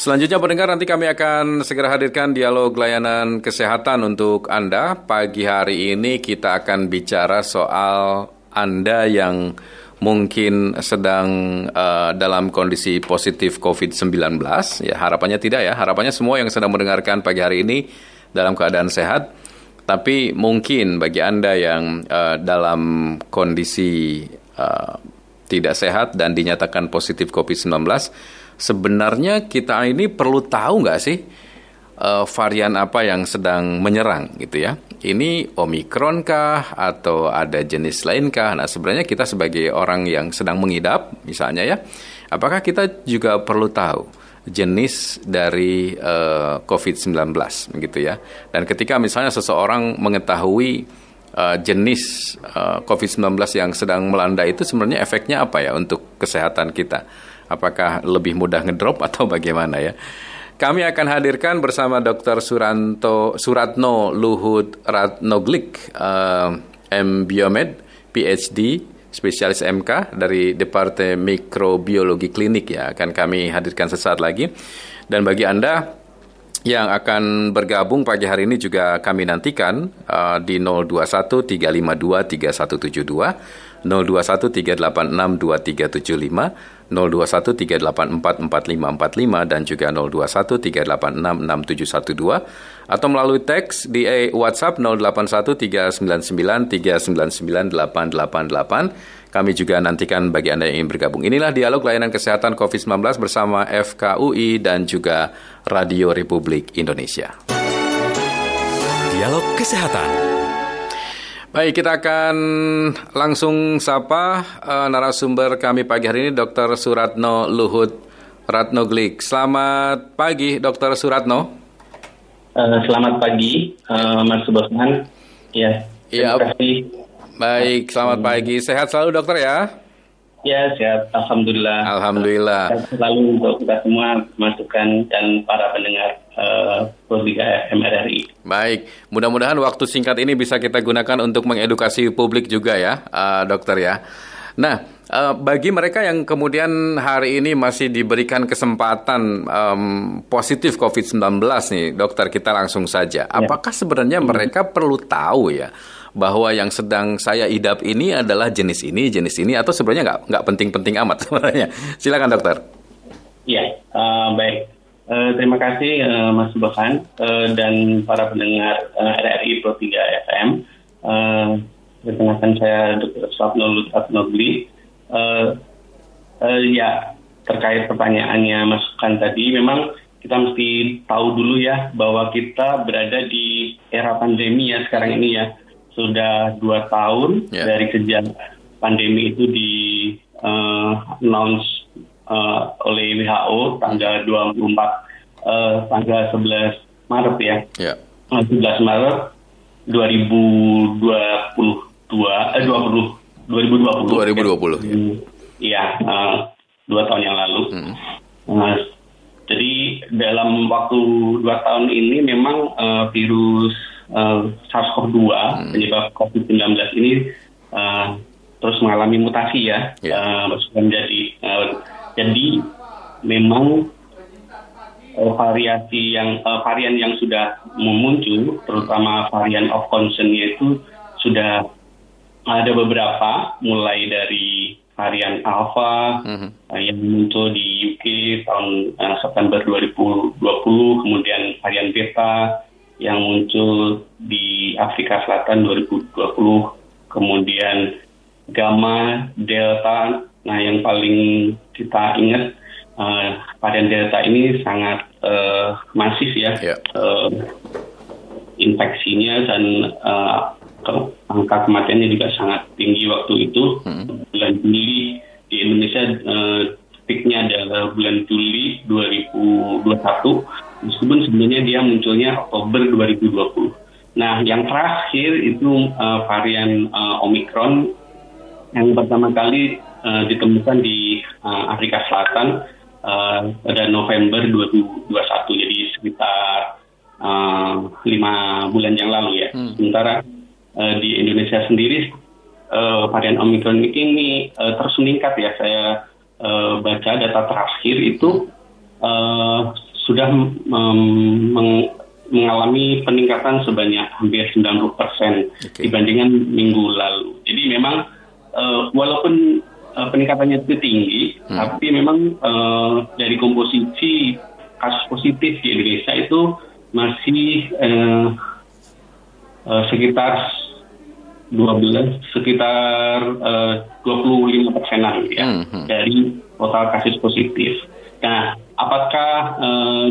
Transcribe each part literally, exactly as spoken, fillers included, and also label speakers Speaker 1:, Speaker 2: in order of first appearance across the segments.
Speaker 1: Selanjutnya pendengar, nanti kami akan segera hadirkan dialog layanan kesehatan untuk Anda. Pagi hari ini kita akan bicara soal Anda yang mungkin sedang uh, dalam kondisi positif covid sembilan belas. Ya, harapannya tidak ya. Harapannya semua yang sedang mendengarkan pagi hari ini dalam keadaan sehat. Tapi mungkin bagi Anda yang uh, dalam kondisi uh, tidak sehat dan dinyatakan positif covid sembilan belas, sebenarnya kita ini perlu tahu nggak sih uh, varian apa yang sedang menyerang gitu ya? Ini Omikron kah atau ada jenis lain kah? Nah, sebenarnya kita sebagai orang yang sedang mengidap misalnya ya, apakah kita juga perlu tahu jenis dari uh, covid sembilan belas gitu ya? Dan ketika misalnya seseorang mengetahui uh, jenis uh, covid sembilan belas yang sedang melanda itu, sebenarnya efeknya apa ya untuk kesehatan kita? Apakah lebih mudah ngedrop atau bagaimana ya? Kami akan hadirkan bersama dokter Suranto, Suratno Luhut Ratnoglik, uh, M Biomed, P H D, spesialis M K dari Departemen Mikrobiologi Klinik ya, akan kami hadirkan sesaat lagi. Dan bagi Anda yang akan bergabung pagi hari ini juga kami nantikan uh, di nol dua satu tiga lima dua tiga satu tujuh dua, nol dua satu tiga delapan enam dua tiga tujuh lima, nol dua satu tiga delapan empat empat lima empat lima, dan juga nol dua satu tiga delapan enam enam tujuh satu dua, atau melalui teks di WhatsApp nol delapan satu tiga sembilan sembilan tiga sembilan sembilan delapan delapan delapan. Kami juga nantikan bagi Anda yang ingin bergabung. Inilah dialog layanan kesehatan covid sembilan belas bersama F K U I dan juga Radio Republik Indonesia.
Speaker 2: Dialog Kesehatan.
Speaker 1: Baik, kita akan langsung sapa uh, narasumber kami pagi hari ini, dokter Suratno Luhut Ratnoglik. Selamat pagi, dokter Suratno.
Speaker 3: Uh, selamat pagi, uh, Mas Bosman. Ya, terima
Speaker 1: ya.
Speaker 3: kasih.
Speaker 1: Baik, selamat pagi. Sehat selalu dokter ya?
Speaker 3: Ya, sehat. Alhamdulillah.
Speaker 1: Alhamdulillah.
Speaker 3: Sehat selalu untuk kita semua, masukan dan para pendengar uh, Pro tiga M R R I.
Speaker 1: Baik, mudah-mudahan waktu singkat ini bisa kita gunakan untuk mengedukasi publik juga ya, uh, dokter ya. Nah, uh, bagi mereka yang kemudian hari ini masih diberikan kesempatan um, positif covid sembilan belas nih, dokter, kita langsung saja. Apakah sebenarnya mereka perlu tahu ya bahwa yang sedang saya idap ini adalah jenis ini, jenis ini, atau sebenarnya nggak nggak penting-penting amat sebenarnya? Silakan dokter.
Speaker 3: Ya, uh, baik. Uh, terima kasih uh, Mas Bohan uh, dan para pendengar uh, R R I Pro tiga F M. Uh, Perkenalkan saya dokter Suratno Luhut Ratnoglik. Uh, uh, ya, terkait pertanyaannya masukan tadi, memang kita mesti tahu dulu ya bahwa kita berada di era pandemi ya sekarang ini ya. Sudah dua tahun yeah. dari sejak pandemi itu di uh, announce uh, oleh W H O tanggal dua puluh empat uh, tanggal sebelas Maret ya.
Speaker 1: Yeah.
Speaker 3: sebelas Maret dua ribu dua puluh dua eh dua puluh dua ribu dua puluh
Speaker 1: dua ribu dua puluh ya.
Speaker 3: Iya, uh, dua tahun yang lalu. Hmm. Uh, jadi dalam waktu dua tahun ini memang uh, virus Uh, SARS-CoV dua hmm. penyebab covid sembilan belas ini uh, terus mengalami mutasi ya, yeah. uh, menjadi uh, jadi memang uh, variasi yang uh, varian yang sudah muncul, terutama varian of concern yaitu sudah ada beberapa, mulai dari varian Alpha mm-hmm. uh, yang muncul di U K tahun uh, September dua ribu dua puluh, kemudian varian Beta yang muncul di Afrika Selatan dua ribu dua puluh, kemudian Gamma, Delta. Nah, yang paling kita ingat uh, varian Delta ini sangat uh, masif ya, yeah. uh, infeksinya dan uh, ke- angka kematiannya juga sangat tinggi waktu itu. Hmm. Bulan Juli di Indonesia uh, peaknya adalah bulan Juli dua ribu dua puluh satu. Meskipun sebenarnya dia munculnya Oktober dua ribu dua puluh. Nah, yang terakhir itu uh, varian uh, Omikron yang pertama kali uh, ditemukan di uh, Afrika Selatan uh, pada November dua ribu dua puluh satu, jadi sekitar uh, lima bulan yang lalu ya. Hmm. Sementara uh, di Indonesia sendiri uh, varian Omikron ini uh, terus meningkat ya. Saya uh, baca data terakhir itu uh, sudah um, meng, mengalami peningkatan sebanyak hampir sembilan puluh persen okay. dibandingkan minggu lalu. Jadi memang uh, walaupun uh, peningkatannya itu tinggi, hmm. tapi memang uh, dari komposisi kasus positif di Indonesia itu masih uh, uh, sekitar dua belas sekitar uh, dua puluh lima persenan ya hmm. dari total kasus positif. Nah, apakah uh,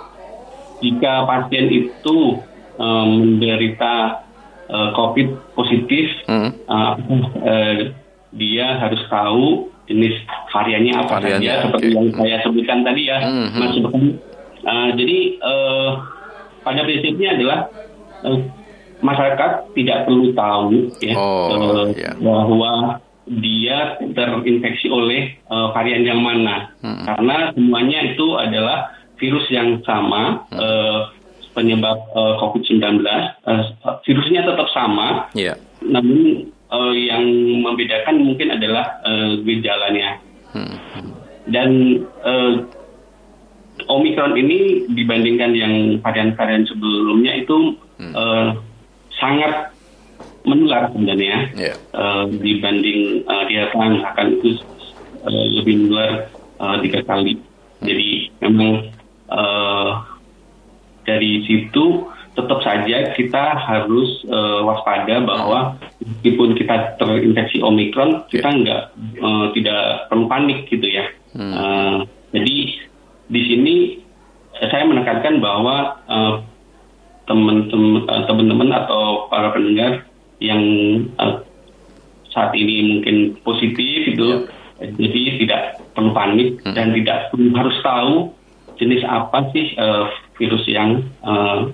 Speaker 3: jika pasien itu uh, menderita uh, COVID positif, hmm. uh, uh, dia harus tahu jenis variannya apa variannya, saja, seperti okay. yang saya sebutkan tadi ya, hmm. Mas. Uh, jadi uh, pada prinsipnya adalah uh, masyarakat tidak perlu tahu ya oh, uh, yeah. bahwa dia terinfeksi oleh uh, varian yang mana, hmm. karena semuanya itu adalah virus yang sama, hmm. uh, penyebab uh, covid sembilan belas, uh, virusnya tetap sama, yeah. namun uh, yang membedakan mungkin adalah uh, gejalanya. Hmm. Dan uh, Omicron ini dibandingkan yang varian-varian sebelumnya itu hmm. uh, sangat menular sebenarnya yeah. uh, dibanding uh, Delta akan itu uh, lebih menular uh, tiga kali. Hmm. Jadi memang uh, dari situ tetap saja kita harus uh, waspada bahwa meskipun kita terinfeksi Omicron, yeah. kita nggak uh, tidak perlu panik gitu ya. Hmm. Uh, jadi di sini saya menekankan bahwa uh, teman-teman uh, teman-teman atau para pendengar yang uh, saat ini mungkin positif itu, yeah. jadi tidak perlu panik hmm. dan tidak perlu harus tahu jenis apa sih uh, virus yang uh,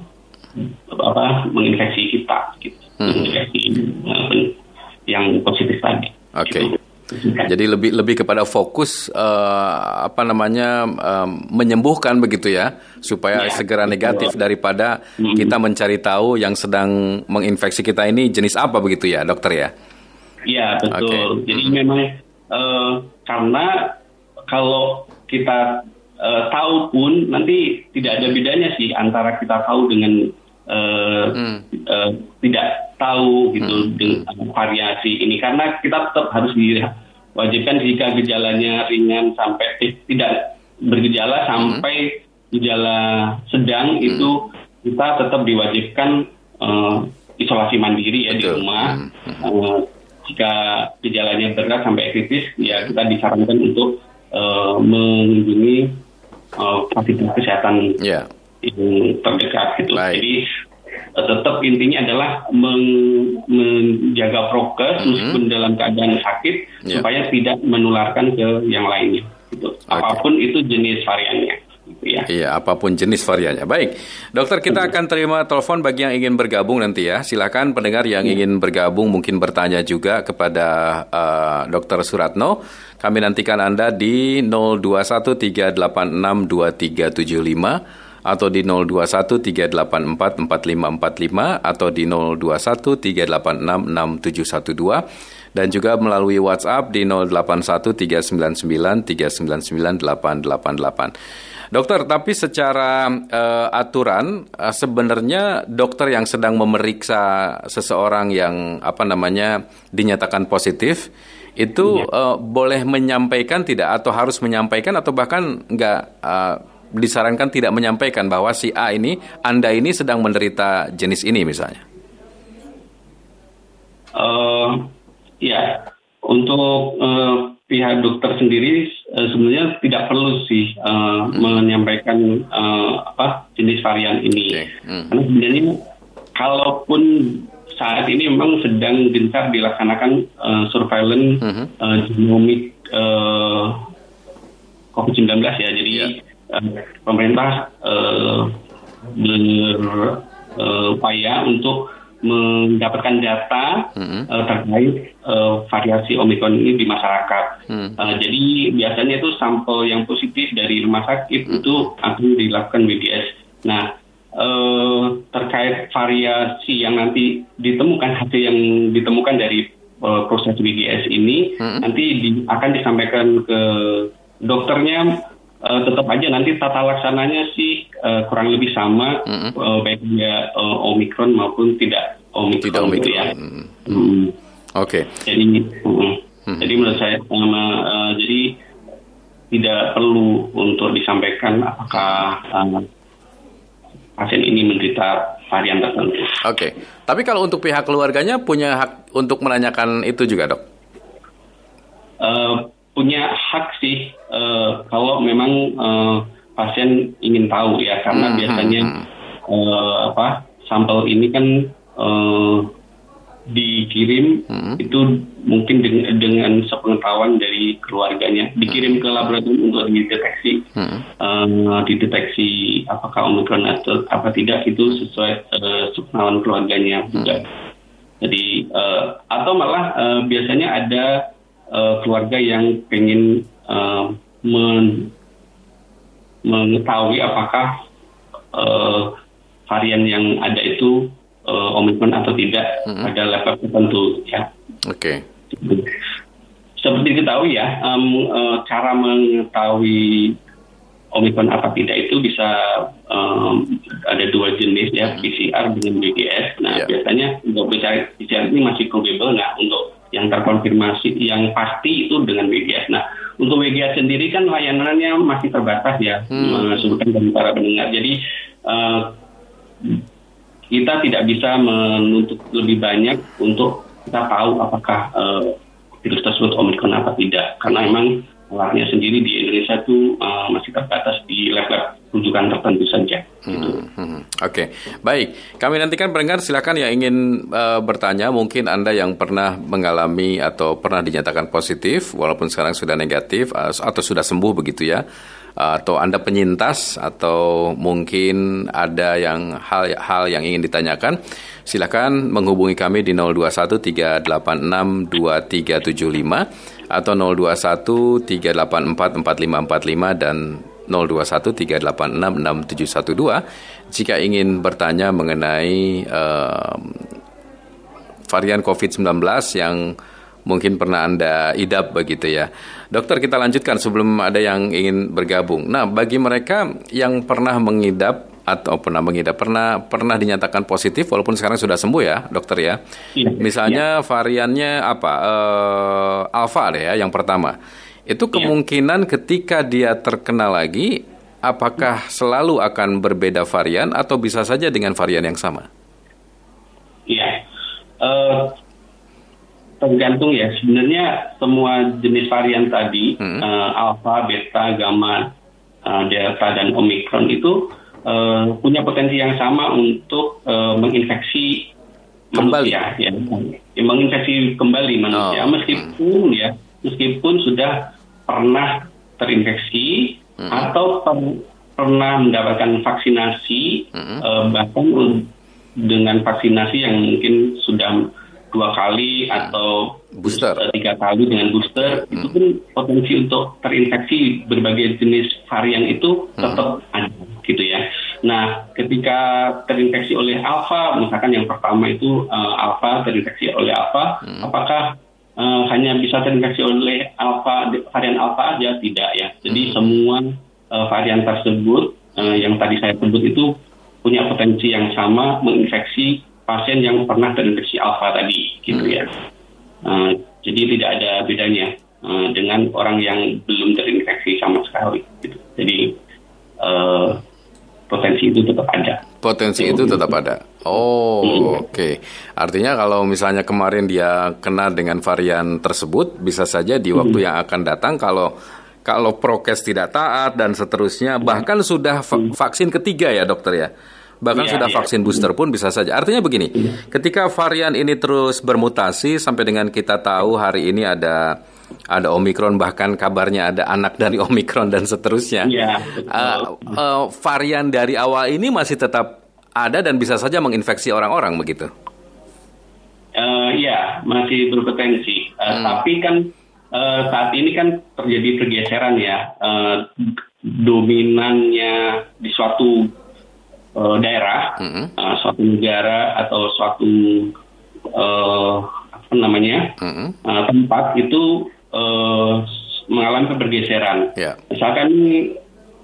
Speaker 3: apa menginfeksi kita, gitu. hmm. menginfeksi uh, yang positif tadi.
Speaker 1: Oke. Okay. Gitu. Jadi lebih lebih kepada fokus uh, apa namanya um, menyembuhkan begitu ya, supaya ya, segera negatif betul. Daripada hmm. kita mencari tahu yang sedang menginfeksi kita ini jenis apa begitu ya, dokter ya?
Speaker 3: Iya betul. Okay. Jadi hmm. memang uh, karena kalau kita uh, tahu pun nanti tidak ada bedanya sih antara kita tahu dengan uh, hmm. uh, tidak tahu gitu hmm. dengan variasi ini, karena kita tetap harus diwajibkan jika gejalanya ringan sampai eh, tidak bergejala sampai hmm. gejala sedang hmm. itu kita tetap diwajibkan uh, isolasi mandiri ya. Betul. Di rumah. Hmm. Uh, jika gejalanya berat sampai kritis ya kita disarankan untuk uh, mengunjungi uh, fasilitas kesehatan yeah. yang terdekat gitu. Baik. Jadi tetap intinya adalah meng- menjaga prokes mm-hmm. meskipun dalam keadaan sakit yeah. supaya tidak menularkan ke yang lainnya. Gitu. Okay. Apapun itu jenis variannya. Gitu ya. Iya,
Speaker 1: apapun jenis variannya. Baik, dokter, kita akan terima telepon bagi yang ingin bergabung nanti ya. Silakan pendengar yang mm-hmm. ingin bergabung mungkin bertanya juga kepada uh, dokter Suratno. Kami nantikan Anda di nol dua satu tiga delapan enam dua tiga tujuh lima. Atau di nol dua satu tiga delapan empat empat lima empat lima atau di nol dua satu tiga delapan enam enam tujuh satu dua dan juga melalui WhatsApp di nol delapan satu tiga sembilan sembilan tiga sembilan sembilan delapan delapan delapan. Dokter, tapi secara uh, aturan uh, sebenarnya dokter yang sedang memeriksa seseorang yang apa namanya dinyatakan positif itu iya. uh, boleh menyampaikan tidak atau harus menyampaikan atau bahkan enggak uh, disarankan tidak menyampaikan bahwa si A ini, Anda ini sedang menderita jenis ini misalnya?
Speaker 3: Uh, ya, untuk uh, pihak dokter sendiri uh, sebenarnya tidak perlu sih uh, hmm. menyampaikan uh, apa jenis varian ini. Okay. Hmm. Karena sebenarnya kalaupun saat ini memang sedang gencar dilaksanakan uh, surveillance hmm. uh, genomik uh, covid sembilan belas ya, jadi yeah. Uh, pemerintah uh, berupaya uh, untuk mendapatkan data mm-hmm. uh, terkait uh, variasi Omicron ini di masyarakat. Mm. Uh, jadi biasanya itu sampel yang positif dari rumah sakit mm. itu akan dilakukan W D S. Nah, uh, terkait variasi yang nanti ditemukan, hasil yang ditemukan dari uh, proses W D S ini mm-hmm. nanti di, akan disampaikan ke dokternya uh, tetap aja nanti tata laksananya sih uh, kurang lebih sama, mm-hmm. uh, baik dia uh, Omikron maupun tidak Omikron,
Speaker 1: tidak Omikron.
Speaker 3: Gitu ya.
Speaker 1: Mm.
Speaker 3: Hmm.
Speaker 1: Oke. Okay.
Speaker 3: Jadi, uh, mm-hmm. jadi menurut saya, uh, uh, jadi tidak perlu untuk disampaikan apakah uh, pasien ini menderita varian tertentu.
Speaker 1: Oke, okay. Tapi kalau untuk pihak keluarganya punya hak untuk menanyakan itu juga, Dok?
Speaker 3: Uh, punya hak sih, uh, kalau memang uh, pasien ingin tahu ya, karena hmm, biasanya hmm. Uh, apa sampel ini kan uh, dikirim hmm. itu mungkin dengan, dengan sepengetahuan dari keluarganya, dikirim hmm. ke laboratorium untuk dideteksi, hmm. uh, dideteksi apakah Omikron atau apa tidak, itu sesuai uh, sepengetahuan keluarganya juga. Hmm. Jadi uh, atau malah uh, biasanya ada uh, keluarga yang pengen uh, men- mengetahui apakah uh, varian yang ada itu Uh, Omikron atau tidak hmm. pada level tertentu ya.
Speaker 1: Oke. Okay.
Speaker 3: Seperti diketahui ya, um, uh, cara mengetahui Omikron apa tidak itu bisa um, ada dua jenis ya, hmm. P C R dengan B G S. Nah yeah. biasanya untuk P C R ini masih probable. Nah untuk yang terkonfirmasi yang pasti itu dengan B G S. Nah untuk B G S sendiri kan layanannya masih terbatas ya, hmm. sebutkan dari para pendengar. Jadi uh, kita tidak bisa menuntut lebih banyak untuk kita tahu apakah uh, virus tersebut Omikron apa tidak. Karena memang alatnya sendiri di Indonesia itu uh, masih terbatas di lab-lab rujukan tertentu saja.
Speaker 1: Hmm, gitu. hmm. Oke, okay. Baik. Kami nantikan pendengar silakan yang ingin uh, bertanya. Mungkin Anda yang pernah mengalami atau pernah dinyatakan positif, walaupun sekarang sudah negatif uh, atau sudah sembuh begitu ya. Atau Anda penyintas atau mungkin ada yang hal-hal yang ingin ditanyakan, silakan menghubungi kami di nol dua satu tiga delapan enam dua tiga tujuh lima atau nol dua satu tiga delapan empat empat lima empat lima dan nol dua satu tiga delapan enam enam tujuh satu dua jika ingin bertanya mengenai uh, varian covid sembilan belas yang mungkin pernah Anda idap begitu ya. Dokter, kita lanjutkan sebelum ada yang ingin bergabung. Nah, bagi mereka yang pernah mengidap atau pernah mengidap, pernah pernah dinyatakan positif walaupun sekarang sudah sembuh ya, dokter ya.
Speaker 3: Iya,
Speaker 1: Misalnya
Speaker 3: iya.
Speaker 1: variannya apa? Uh, alfa deh ya, yang pertama. Itu kemungkinan iya. ketika dia terkena lagi, apakah selalu akan berbeda varian atau bisa saja dengan varian yang sama?
Speaker 3: Iya. Uh... Tergantung ya, sebenarnya semua jenis varian tadi, hmm. uh, alfa, beta, gamma, uh, delta, dan omikron itu uh, punya potensi yang sama untuk uh, menginfeksi kembali. manusia, ya, ya, menginfeksi kembali manusia, oh. meskipun ya, meskipun sudah pernah terinfeksi hmm. atau per, pernah mendapatkan vaksinasi, hmm. uh, bahkan dengan vaksinasi yang mungkin sudah dua kali atau
Speaker 1: booster
Speaker 3: tiga kali dengan booster, hmm. itu pun potensi untuk terinfeksi berbagai jenis varian itu tetap hmm. ada gitu ya. Nah, ketika terinfeksi oleh alfa, misalkan yang pertama itu uh, alfa terinfeksi oleh alfa, hmm. apakah uh, hanya bisa terinfeksi oleh alfa varian alfa aja? Tidak ya. Jadi hmm. semua uh, varian tersebut uh, yang tadi saya sebut itu punya potensi yang sama menginfeksi pasien yang pernah terinfeksi alfa tadi, gitu ya. Uh, jadi tidak ada bedanya uh, dengan orang yang belum terinfeksi sama sekali. Gitu. Jadi uh, potensi itu tetap ada.
Speaker 1: Potensi itu tetap ada. Oh, hmm. oke. Okay. Artinya kalau misalnya kemarin dia kena dengan varian tersebut, bisa saja di waktu hmm. yang akan datang kalau kalau prokes tidak taat dan seterusnya, bahkan sudah va- vaksin ketiga ya dokter ya. Bahkan ya, sudah ya. vaksin booster pun bisa saja. Artinya begini, ya. ketika varian ini terus bermutasi sampai dengan kita tahu hari ini ada ada Omikron, bahkan kabarnya ada anak dari Omikron dan seterusnya. Ya, uh, uh, varian dari awal ini masih tetap ada dan bisa saja menginfeksi orang-orang begitu.
Speaker 3: Uh, ya, masih berpotensi. Uh, hmm. Tapi kan uh, saat ini kan terjadi pergeseran ya, uh, dominannya di suatu Uh, daerah, mm-hmm. uh, suatu negara atau suatu uh, apa namanya mm-hmm. uh, tempat itu uh, mengalami pergeseran. Yeah. Misalkan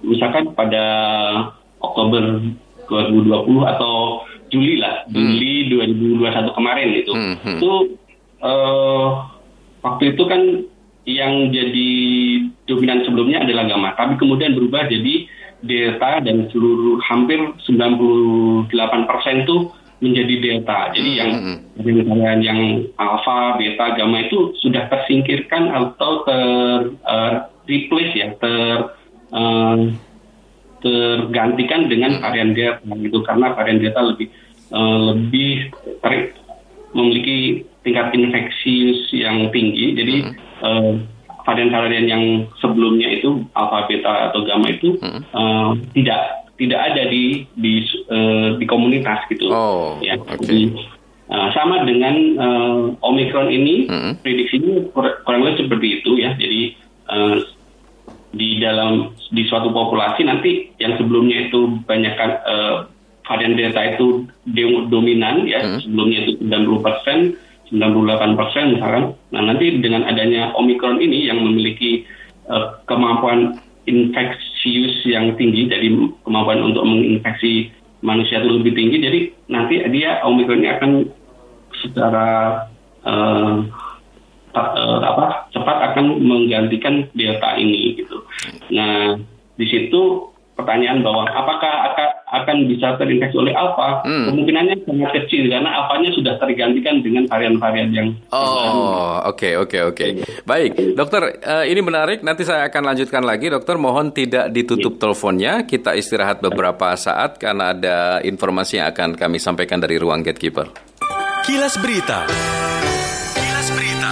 Speaker 3: misalkan pada Oktober dua ribu dua puluh atau Juli lah, hmm. Juli dua ribu dua puluh satu kemarin itu, hmm. itu uh, waktu itu kan yang jadi dominan sebelumnya adalah gamma, tapi kemudian berubah jadi delta dan seluruh hampir sembilan puluh delapan persen itu menjadi delta. Jadi hmm. yang varian yang alpha, beta, gamma itu sudah tersingkirkan atau ter uh, replace ya, ter uh, tergantikan dengan varian delta gitu, karena varian delta lebih uh, lebih ter, memiliki tingkat infeksius yang tinggi. Jadi hmm. uh, varian-varian yang sebelumnya itu alpha, beta atau gamma itu hmm. uh, tidak tidak ada di di uh, di komunitas gitu.
Speaker 1: Oh,
Speaker 3: ya.
Speaker 1: Okay.
Speaker 3: Jadi uh, sama dengan uh, Omicron ini, hmm. prediksinya kur- kurang lebih seperti itu ya. Jadi uh, di dalam di suatu populasi nanti yang sebelumnya itu banyak uh, varian delta itu dominan ya, hmm. sebelumnya itu sembilan puluh persen, sembilan puluh delapan persen misalkan. Nah, nanti dengan adanya Omicron ini yang memiliki uh, kemampuan infeksius yang tinggi, jadi kemampuan untuk menginfeksi manusia itu lebih tinggi, jadi nanti dia Omicron ini akan secara uh, Uh, apa cepat akan menggantikan delta ini gitu. Nah, di situ pertanyaan bahwa apakah akan akan bisa terinfeksi oleh alpha? Hmm. Kemungkinannya sangat kecil karena alphanya sudah tergantikan dengan varian-varian yang
Speaker 1: Oh, oke oke oke. Baik, dokter, uh, ini menarik. Nanti saya akan lanjutkan lagi, dokter. Mohon tidak ditutup yeah. teleponnya. Kita istirahat beberapa saat karena ada informasi yang akan kami sampaikan dari ruang Gatekeeper.
Speaker 2: Kilas Berita. Kilas Berita.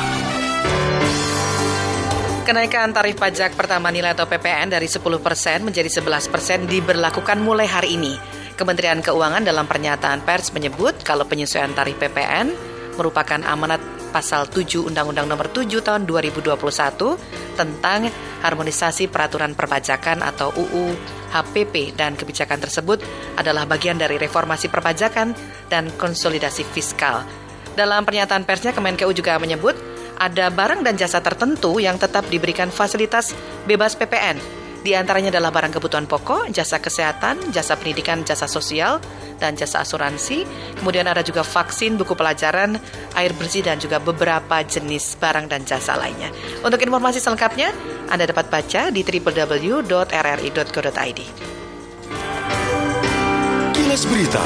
Speaker 4: Kenaikan tarif pajak pertama nilai atau P P N dari sepuluh persen menjadi sebelas persen diberlakukan mulai hari ini. Kementerian Keuangan dalam pernyataan pers menyebut kalau penyesuaian tarif P P N merupakan amanat pasal tujuh Undang-Undang Nomor tujuh Tahun dua ribu dua puluh satu tentang harmonisasi peraturan perpajakan atau U U H P P, dan kebijakan tersebut adalah bagian dari reformasi perpajakan dan konsolidasi fiskal. Dalam pernyataan persnya, Kemenkeu juga menyebut ada barang dan jasa tertentu yang tetap diberikan fasilitas bebas P P N. Di antaranya adalah barang kebutuhan pokok, jasa kesehatan, jasa pendidikan, jasa sosial, dan jasa asuransi. Kemudian ada juga vaksin, buku pelajaran, air bersih, dan juga beberapa jenis barang dan jasa lainnya. Untuk informasi selengkapnya, Anda dapat baca di w w w dot r r i dot co dot i d.
Speaker 2: Kilas Berita.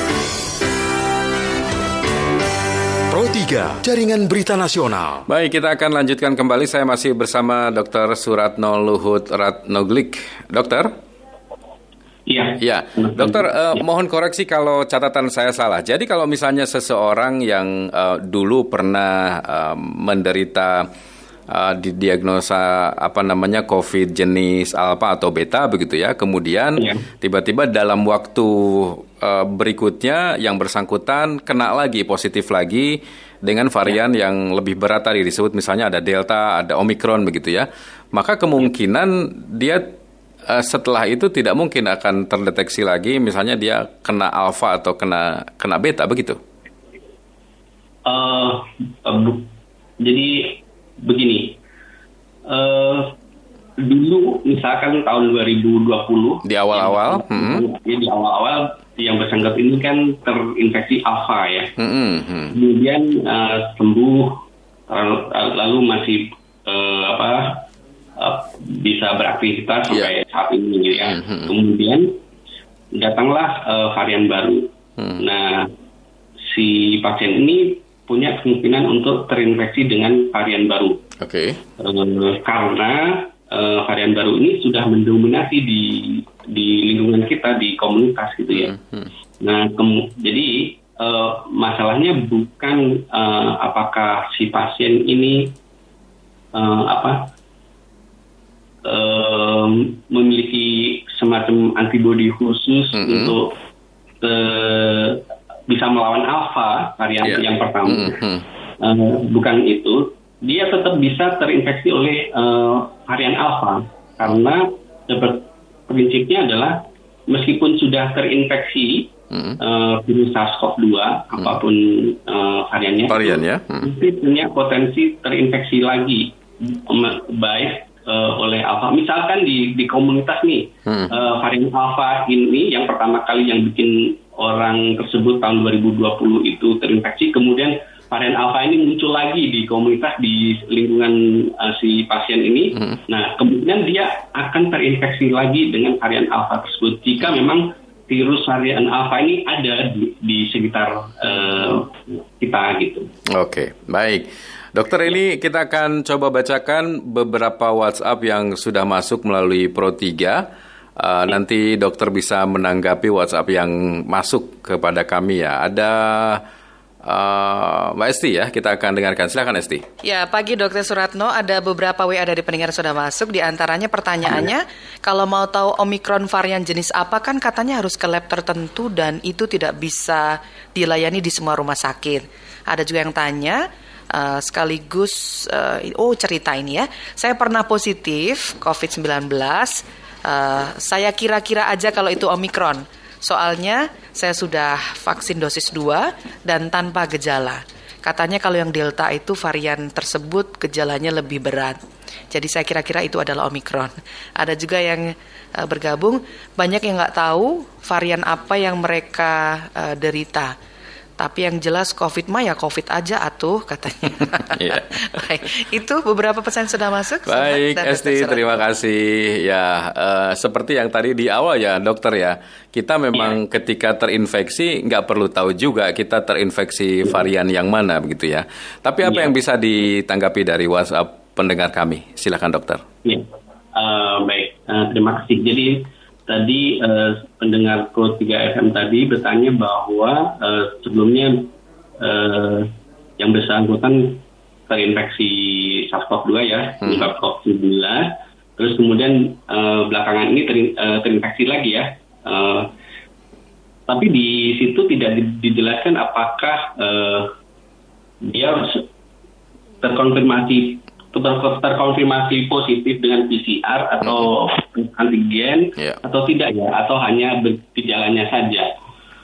Speaker 2: Pro tiga, Jaringan Berita Nasional.
Speaker 1: Baik, kita akan lanjutkan kembali. Saya masih bersama Dokter Suratno Luhut Ratnoglik. Dokter?
Speaker 3: Iya.
Speaker 1: Ya, dokter, uh, mohon koreksi kalau catatan saya salah. Jadi kalau misalnya seseorang yang uh, dulu pernah uh, menderita uh, didiagnosa apa namanya COVID jenis alpha atau beta begitu ya, kemudian ya. tiba-tiba dalam waktu berikutnya yang bersangkutan kena lagi, positif lagi dengan varian ya. yang lebih berat tadi disebut, misalnya ada delta, ada omikron begitu ya, maka kemungkinan dia uh, setelah itu tidak mungkin akan terdeteksi lagi misalnya dia kena alpha atau kena kena beta begitu.
Speaker 3: Uh, uh, bu- jadi begini, uh, dulu misalkan tahun dua ribu dua puluh
Speaker 1: di awal-awal,
Speaker 3: hmm. ya, di awal-awal yang bersangkutan ini kan terinfeksi alpha ya,
Speaker 1: hmm.
Speaker 3: kemudian uh, sembuh, uh, lalu masih uh, apa uh, bisa beraktivitas sampai yeah. saat ini gitu ya. Hmm. Kemudian datanglah uh, varian baru. Hmm. Nah, si pasien ini punya kemungkinan untuk terinfeksi dengan varian baru.
Speaker 1: Oke. Okay.
Speaker 3: Uh, karena uh, varian baru ini sudah mendominasi di di lingkungan kita, di komunitas gitu ya. Hmm. Nah, ke- jadi uh, masalahnya bukan uh, apakah si pasien ini uh, apa uh, memiliki semacam antibodi khusus hmm. untuk uh, bisa melawan alpha varian yeah. yang pertama. Hmm. Uh, bukan itu, dia tetap bisa terinfeksi oleh uh, varian alpha karena seperti prinsipnya adalah meskipun sudah terinfeksi hmm. uh, virus SARS-C o V dua, hmm. apapun uh, variannya,
Speaker 1: varian ya,
Speaker 3: hmm. itu punya potensi terinfeksi lagi, um, baik uh, oleh alfa. Misalkan di di komunitas nih hmm. uh, varian alfa ini yang pertama kali yang bikin orang tersebut tahun dua ribu dua puluh itu terinfeksi, kemudian varian alfa ini muncul lagi di komunitas di lingkungan uh, si pasien ini. Hmm. Nah, kemudian dia akan terinfeksi lagi dengan varian alfa tersebut jika memang virus varian alfa ini ada di, di sekitar uh, kita gitu.
Speaker 1: Oke, baik. Dokter, ini kita akan coba bacakan beberapa WhatsApp yang sudah masuk melalui Pro tiga. Uh, nanti dokter bisa menanggapi WhatsApp yang masuk kepada kami ya. Ada uh, Mbak Esti ya, kita akan dengarkan. Silakan Esti.
Speaker 4: Ya, pagi Dokter Suratno. Ada beberapa W A dari pendengar sudah masuk. Di antaranya pertanyaannya, kalau mau tahu Omikron varian jenis apa, kan katanya harus ke lab tertentu dan itu tidak bisa dilayani di semua rumah sakit. Ada juga yang tanya, Uh, sekaligus uh, oh cerita ini ya, saya pernah positif covid sembilan belas, uh, saya kira-kira aja kalau itu Omikron, soalnya saya sudah vaksin dosis dua dan tanpa gejala. Katanya kalau yang Delta itu varian tersebut gejalanya lebih berat, jadi saya kira-kira itu adalah Omikron. Ada juga yang uh, bergabung, banyak yang nggak tahu varian apa yang mereka uh, derita. Tapi yang jelas COVID mah ya COVID aja atuh katanya.
Speaker 1: Yeah.
Speaker 4: Baik, itu beberapa pesan sudah masuk.
Speaker 1: Baik, Esti, terima kasih. Ya, uh, seperti yang tadi di awal ya, dokter ya, kita memang yeah. ketika terinfeksi nggak perlu tahu juga kita terinfeksi varian yang mana begitu ya. Tapi apa yeah. yang bisa ditanggapi dari WhatsApp pendengar kami? Silakan dokter.
Speaker 3: Yeah. Uh, baik, uh, terima kasih. Jadi tadi uh, pendengar Pro tiga F M tadi bertanya bahwa uh, sebelumnya uh, yang bersangkutan terinfeksi SARS-CoV dua ya, penyebab hmm. covid sembilan belas, terus kemudian uh, belakangan ini ter, uh, terinfeksi lagi ya. Uh, tapi di situ tidak dijelaskan apakah uh, dia terkonfirmasi terkonfirmasi positif dengan P C R atau mm-hmm. antigen yeah. atau tidak ya, atau hanya gejalanya saja.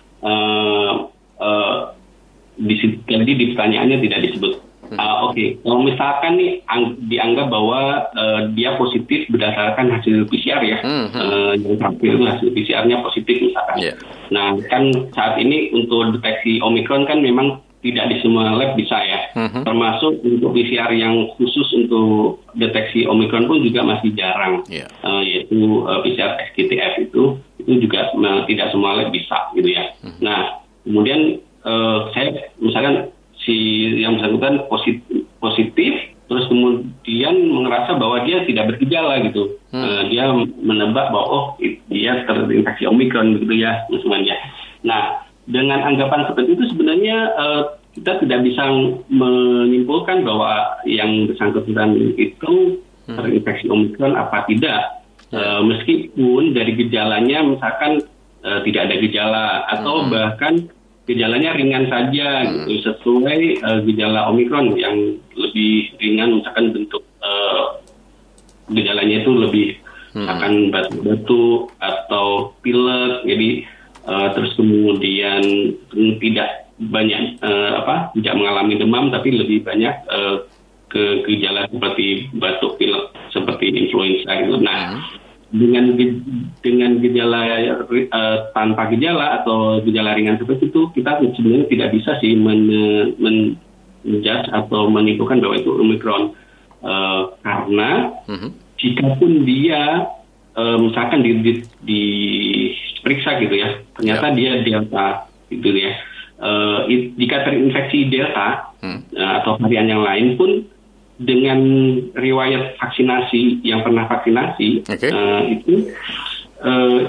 Speaker 3: Uh, uh, di, jadi di pertanyaannya tidak disebut. Mm-hmm. Uh, Oke, okay. Kalau misalkan nih ang, dianggap bahwa uh, dia positif berdasarkan hasil P C R ya, mm-hmm. uh, yang terakhir hasil P C R-nya positif misalkan. Yeah. Nah kan saat ini untuk deteksi Omikron kan memang tidak di semua lab bisa ya, uh-huh. termasuk untuk P C R yang khusus untuk deteksi Omikron pun juga masih jarang, yeah. uh, yaitu uh, P C R X G T F itu itu juga uh, tidak semua lab bisa gitu ya. Uh-huh. Nah kemudian uh, saya misalkan si yang bersangkutan positif, positif, terus kemudian merasa bahwa dia tidak bergejala gitu, uh-huh. uh, dia menebak bahwa oh dia terinfeksi Omikron gitu ya semuanya. Nah dengan anggapan seperti itu sebenarnya uh, kita tidak bisa menyimpulkan bahwa yang bersangkutan itu hmm. terinfeksi Omikron apa tidak. Hmm. Uh, meskipun dari gejalanya misalkan uh, tidak ada gejala atau hmm. bahkan gejalanya ringan saja hmm. gitu, sesuai uh, gejala Omikron yang lebih ringan, misalkan bentuk uh, gejalanya itu lebih hmm. misalkan batuk-batuk atau pilek, jadi Uh, terus kemudian tidak banyak uh, apa tidak mengalami demam, tapi lebih banyak uh, ke gejala seperti batuk pilek seperti influenza gitu. Nah hmm. dengan dengan gejala uh, tanpa gejala atau gejala ringan seperti itu kita sebenarnya tidak bisa sih men- menjudge atau menyimpulkan bahwa itu Omikron uh, karena hmm. jikapun dia uh, misalkan di, di, di periksa gitu ya, ternyata yeah. dia Delta gitu ya. Uh, it, jika terinfeksi Delta hmm. uh, atau varian yang lain pun dengan riwayat vaksinasi yang pernah vaksinasi okay. uh, itu uh,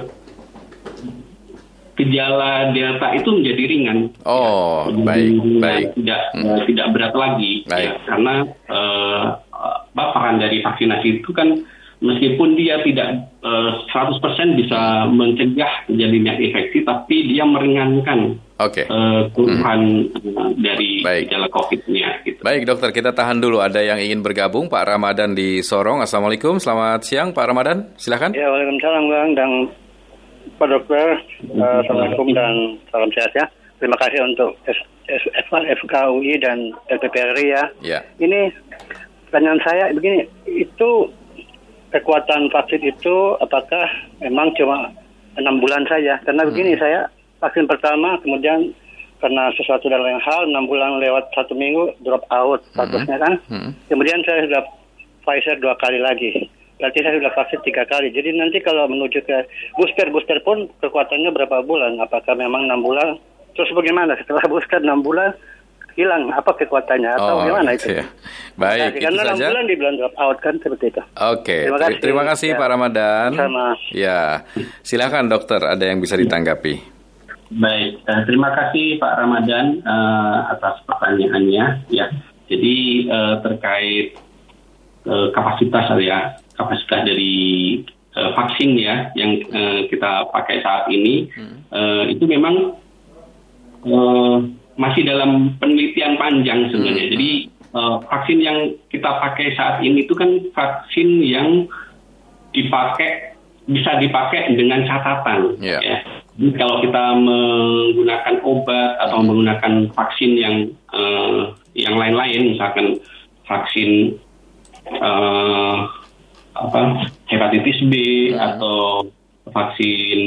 Speaker 3: gejala Delta itu menjadi ringan.
Speaker 1: Oh, ya. baik, ringan, baik.
Speaker 3: Tidak hmm. uh, tidak berat lagi ya, karena uh, peran dari vaksinasi itu kan meskipun dia tidak uh, seratus persen bisa mencegah terjadinya infeksi, tapi dia meringankan okay. uh, keluhan hmm. dari Baik. gejala COVID-nya. Gitu.
Speaker 1: Baik dokter, kita tahan dulu. Ada yang ingin bergabung, Pak Ramadan di Sorong. Assalamualaikum, selamat siang Pak Ramadan, silakan.
Speaker 5: Ya, waalaikumsalam Bang dan Pak Dokter. Uh, Assalamualaikum dan salam sehat ya. Terima kasih untuk F K U I dan L P P R I ya. ya. Ini pertanyaan saya begini, itu kekuatan vaksin itu apakah memang cuma enam bulan saja? Karena hmm. begini, saya vaksin pertama, kemudian karena sesuatu dan lain hal, enam bulan lewat satu minggu drop out statusnya kan. Hmm. Kemudian saya sudah Pfizer dua kali lagi. Berarti saya sudah vaksin tiga kali. Jadi nanti kalau menuju ke booster-booster pun kekuatannya berapa bulan? Apakah memang enam bulan? Terus bagaimana setelah booster enam bulan? Hilang apa kekuatannya atau oh, gimana gitu itu? Ya.
Speaker 1: Baik, itu
Speaker 5: karena
Speaker 1: saja.
Speaker 5: enam bulan dibilang drop out kan seperti itu.
Speaker 1: Oke,
Speaker 5: terima kasih,
Speaker 1: terima kasih ya. Pak Ramadan.
Speaker 5: Sama.
Speaker 1: Ya, silakan dokter, ada yang bisa ditanggapi.
Speaker 3: Baik, uh, terima kasih Pak Ramadan uh, atas pertanyaannya. Ya, jadi uh, terkait uh, kapasitas ya, kapasitas dari uh, vaksin ya yang uh, kita pakai saat ini, hmm. uh, itu memang uh, masih dalam penelitian panjang sebenarnya. Hmm. Jadi uh, vaksin yang kita pakai saat ini itu kan vaksin yang dipakai bisa dipakai dengan catatan. Yeah. Ya. Jadi kalau kita menggunakan obat atau hmm. menggunakan vaksin yang uh, yang lain-lain, misalkan vaksin uh, apa hepatitis B hmm. atau vaksin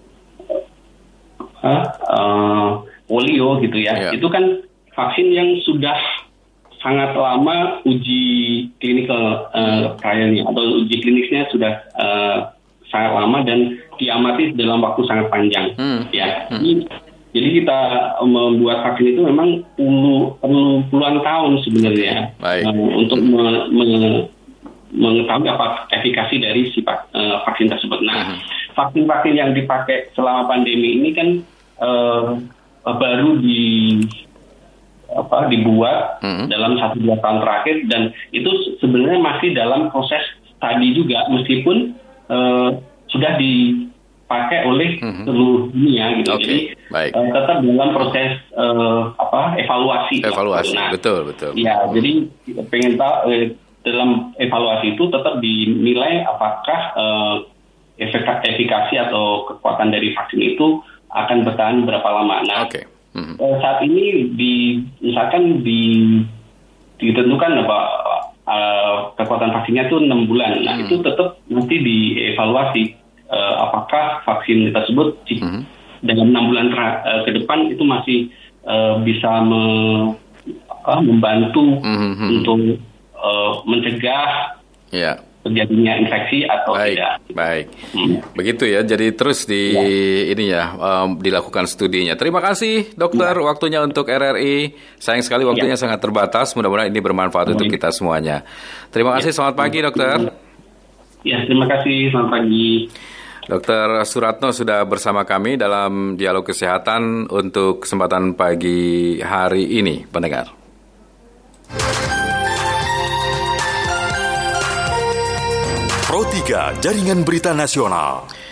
Speaker 3: uh, uh, polio gitu ya, yeah. itu kan vaksin yang sudah sangat lama uji clinical uh, trialnya atau uji klinisnya sudah uh, sangat lama dan diamati dalam waktu sangat panjang, hmm. ya. Hmm. Jadi, jadi kita membuat vaksin itu memang perlu, perlu puluhan tahun sebenarnya uh, untuk me, me, mengetahui apa efikasi dari si uh, vaksin tersebut. Nah, hmm. vaksin-vaksin yang dipakai selama pandemi ini kan uh, baru di apa dibuat mm-hmm. dalam satu dua tahun terakhir dan itu sebenarnya masih dalam proses studi juga meskipun uh, sudah dipakai oleh mm-hmm. seluruh dunia gitu. Okay. Jadi uh, tetap dalam proses uh, apa evaluasi.
Speaker 1: Evaluasi,
Speaker 3: nah,
Speaker 1: betul betul.
Speaker 3: Ya, jadi pengen tahu uh, dalam evaluasi itu tetap dinilai apakah uh, efek efikasi atau kekuatan dari vaksin itu akan bertahan berapa lama. Nah, okay. mm-hmm. saat ini di misalkan di ditentukan apa uh, kekuatan vaksinnya itu enam bulan. Nah, mm-hmm. itu tetap nanti dievaluasi uh, apakah vaksin tersebut mm-hmm. dalam enam bulan ter- uh, ke depan itu masih uh, bisa me- uh, membantu mm-hmm. untuk uh, mencegah yeah. terjadinya infeksi atau
Speaker 1: baik,
Speaker 3: tidak.
Speaker 1: Baik, hmm. begitu ya. Jadi terus di ya. ini ya um, dilakukan studinya. Terima kasih dokter ya. waktunya untuk R R I. Sayang sekali waktunya ya. sangat terbatas. Mudah-mudahan ini bermanfaat baik. untuk kita semuanya. Terima kasih. Ya. Selamat pagi dokter.
Speaker 3: Ya, terima kasih. Selamat pagi.
Speaker 1: Dokter Suratno sudah bersama kami dalam dialog kesehatan untuk kesempatan pagi hari ini, pendengar.
Speaker 2: Pro tiga Jaringan Berita Nasional.